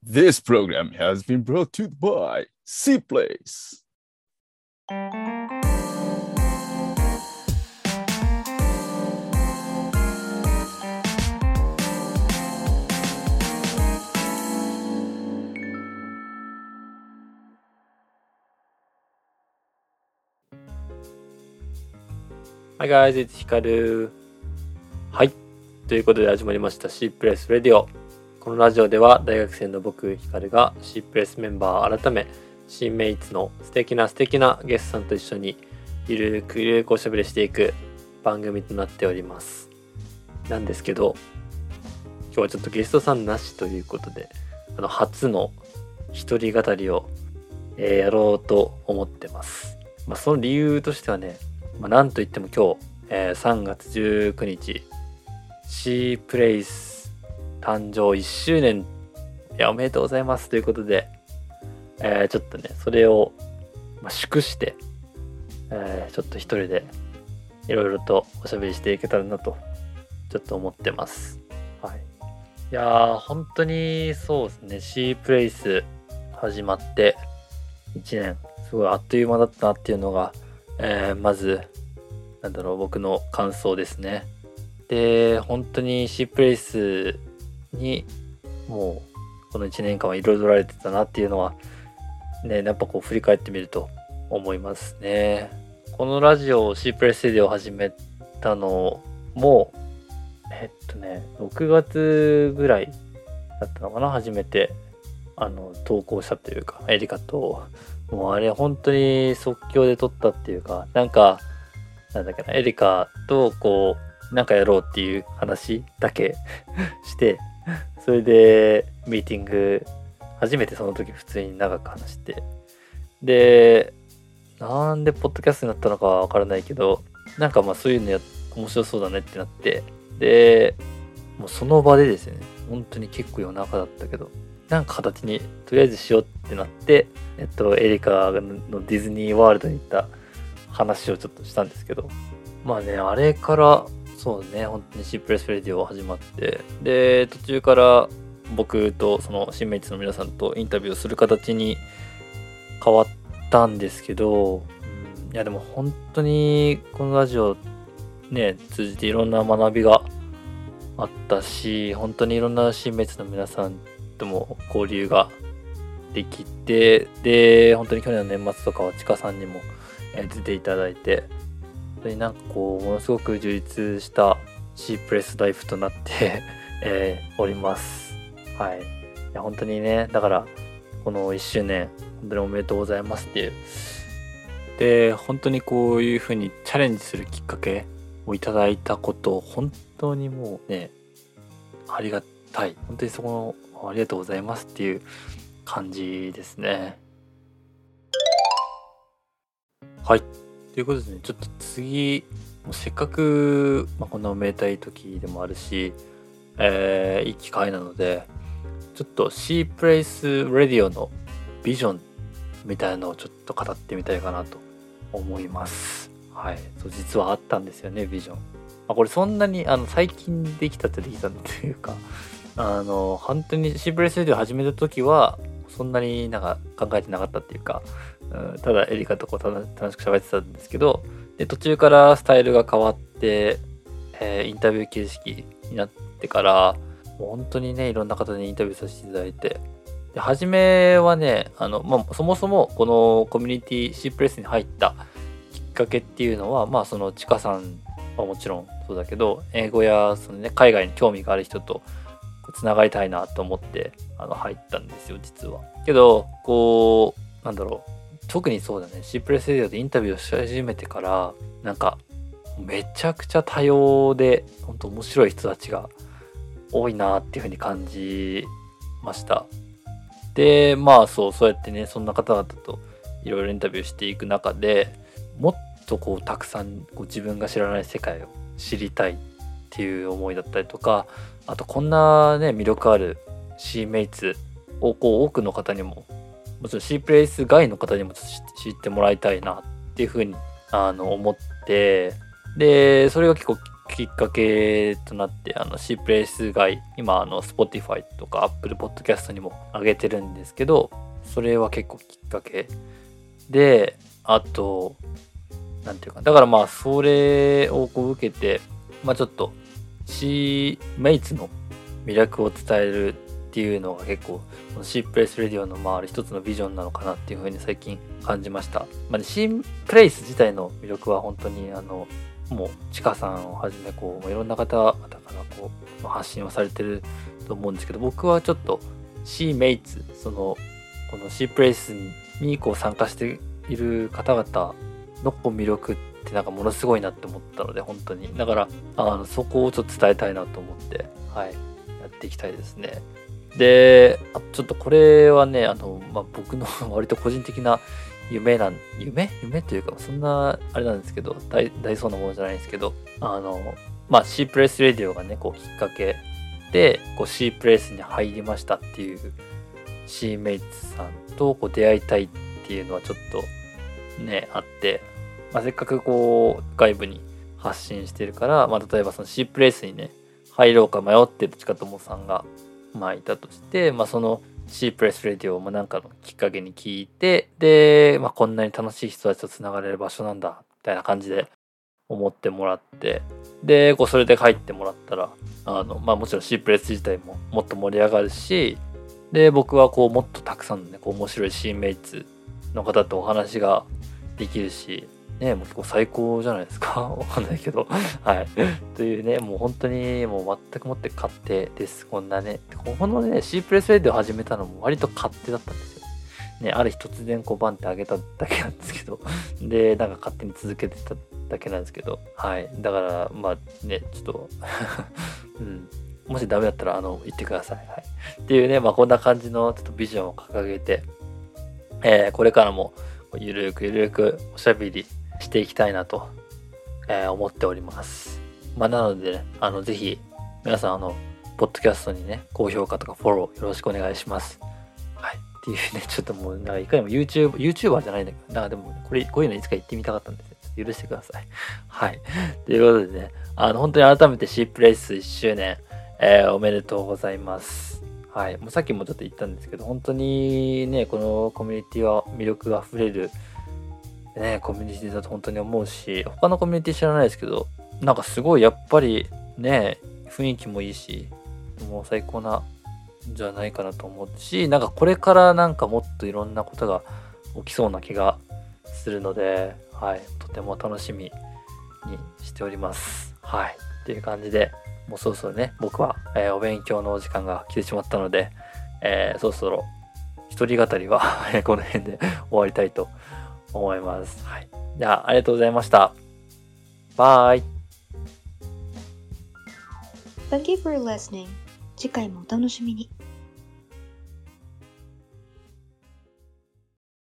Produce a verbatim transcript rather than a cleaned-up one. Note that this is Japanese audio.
This program has been brought to you by C-Place. はい、guys, it's ヒカル。はい。ということで始まりました C-Place Radio。このラジオでは大学生の僕、ヒカルが C-Place メンバー改め、新メイツの素敵な素敵なゲストさんと一緒にゆるくゆるくおしゃべりしていく番組となっております。なんですけど、今日はちょっとゲストさんなしということで、あの初の一人語りを、えーやろうと思ってます。まあ、その理由としてはね、まあ、なんといっても今日、えー、さんがつじゅうくにち C-Place 誕生いっしゅうねん、いやおめでとうございますということで、えー、ちょっとねそれを、まあ、祝して、えー、ちょっと一人でいろいろとおしゃべりしていけたらなとちょっと思ってます。はい、いやー本当にそうですね、 C-Place 始まっていちねん、すごいあっという間だったなっていうのが、えー、まずなんだろう僕の感想ですね。で本当に C-Place にもうこのいちねんかんは彩られてたなっていうのはね、やっぱこう振り返ってみると思いますね。このラジオ C-Place でを始めたのもえっとねろくがつぐらいだったのかな、初めてあの投稿したというか、エリカともうあれ本当に即興で撮ったっていうか、なんかなんだっけな、エリカとこうなんかやろうっていう話だけしてそれでミーティング初めてその時普通に長く話して、でなんでポッドキャストになったのかわからないけど、なんかまあそういうのや面白そうだねってなって、でもうその場でですね、本当に結構夜中だったけどなんか形にとりあえずしようってなって、えっとエリカのディズニーワールドに行った話をちょっとしたんですけど、まあねあれからそうね本当に C-Place Radio 始まって、で途中から僕とその新メイツの皆さんとインタビューをする形に変わったんですけど、うん、いやでも本当にこのラジオね通じていろんな学びがあったし、本当にいろんな新メイツの皆さんとも交流ができて、で本当に去年の年末とかはちかさんにも出ていただいて、本当になんかこうものすごく充実した C-Place ライフとなって、えー、おります。はい。いや本当にね、だからこのいっしゅうねん本当におめでとうございますっていう。で本当にこういう風にチャレンジするきっかけをいただいたことを本当にもうねありがたい。本当にそこのありがとうございますっていう感じですね。はい。ということでね、ちょっと次、もうせっかく、まあ、こんなおめでたい時でもあるし、えー、いい機会なので、ちょっと C-Place Radio のビジョンみたいなのをちょっと語ってみたいかなと思います。はい。そう、実はあったんですよね、ビジョン。まあ、これそんなにあの最近できたってできたっていうか、あの、本当に C-Place Radio 始めた時は、そんなになんか考えてなかったっていうか、うん、ただエリカとこう楽しく喋ってたんですけど、で途中からスタイルが変わって、えー、インタビュー形式になってからもう本当にねいろんな方にインタビューさせていただいて、で初めはねあの、まあ、そもそもこのコミュニティ C-Place に入ったきっかけっていうのは、まあそのちかさんはもちろんそうだけど、英語やその、ね、海外に興味がある人とつながりたいなと思ってあの入ったんですよ実は。けどこうなんだろう、特にそうだね C-Place Radio でインタビューをし始めてからなんかめちゃくちゃ多様で本当面白い人たちが多いなっていう風に感じました。でまあそうそうやってねそんな方々といろいろインタビューしていく中でもっとこうたくさんこう自分が知らない世界を知りたいっていう思いだったりとか、あとこんなね魅力ある C-Mates をこう多くの方にももちろん C-Place 外の方にも知ってもらいたいなっていうふうにあの思って、でそれが結構きっかけとなって、あの C プレイス外、今あの Spotify とか Apple Podcast にも上げてるんですけど、それは結構きっかけで、あとなんていうか、だからまあそれをこう受けて、まあちょっと C メイツの魅力を伝えるっていうのが結構 C プレイスレディオのまあ一つのビジョンなのかなっていうふうに最近感じました。まあ、ね、C プレイス自体の魅力は本当にあのもうちかさんをはじめこういろんな方々からこう発信をされてると思うんですけど、僕はちょっと C メイツ、そのこの C プレイスにこう参加している方々のこう魅力ってなんかものすごいなって思ったので、本当にだからあのそこをちょっと伝えたいなと思って、はい、やっていきたいですね。で、あちょっとこれはね、あの、まあ、僕の割と個人的な夢なん、夢夢というか、そんな、あれなんですけど、大、大そうなものじゃないんですけど、あの、まあ、C プレイスレディオがね、こう、きっかけで、こう、C プレイスに入りましたっていう C メイツさんとこう出会いたいっていうのはちょっとね、あって、まあ、せっかくこう、外部に発信してるから、まあ、例えばその C プレイスにね、入ろうか迷ってる近友さんが、まあいたとして、まあその C プレスレディオもなんかのきっかけに聞いて、で、まあこんなに楽しい人たちとつながれる場所なんだ、みたいな感じで思ってもらって、で、こうそれで入ってもらったら、あの、まあもちろん C プレス自体ももっと盛り上がるし、で、僕はこうもっとたくさんのね、こう面白い C メイツの方とお話ができるし、ね、もう結構最高じゃないですか。わかんないけど。はい。というね、もう本当にもう全くもって勝手です。こんなね。このね、C プレスレディを始めたのも割と勝手だったんですよ。ね、ある日突然こうバンってあげただけなんですけど。で、なんか勝手に続けてただけなんですけど。はい。だから、まあね、ちょっと、うん。もしダメだったら、あの、言ってください。はい。っていうね、まあこんな感じのちょっとビジョンを掲げて、えー、これからもゆるくゆるくおしゃべりしていきたいなと、えー、思っております。まあ、なのでね、あの、ぜひ、皆さん、あの、ポッドキャストにね、高評価とかフォローよろしくお願いします。はい。っていうね、ちょっともう、なんかいかにも YouTube、YouTuber じゃないんだけど、なんかでも、これ、こういうのいつか言ってみたかったんで、許してください。はい。ということでね、あの、本当に改めて C プレイスいっしゅうねん、えー、おめでとうございます。はい。もうさっきもちょっと言ったんですけど、本当にね、このコミュニティは魅力が溢れる、ね、コミュニティだと本当に思うし、他のコミュニティ知らないですけど、なんかすごいやっぱりね、雰囲気もいいし、もう最高なんじゃないかなと思うし、なんかこれからなんかもっといろんなことが起きそうな気がするので、はい、とても楽しみにしております。はい、っていう感じで、もうそろそろね、僕は、えーお勉強のお時間が来てしまったので、えーそろそろ一人語りはこの辺で終わりたいと思います。はい。じゃあ、ありがとうございました。バイ。 Thank you for listening. 次回もお楽しみに。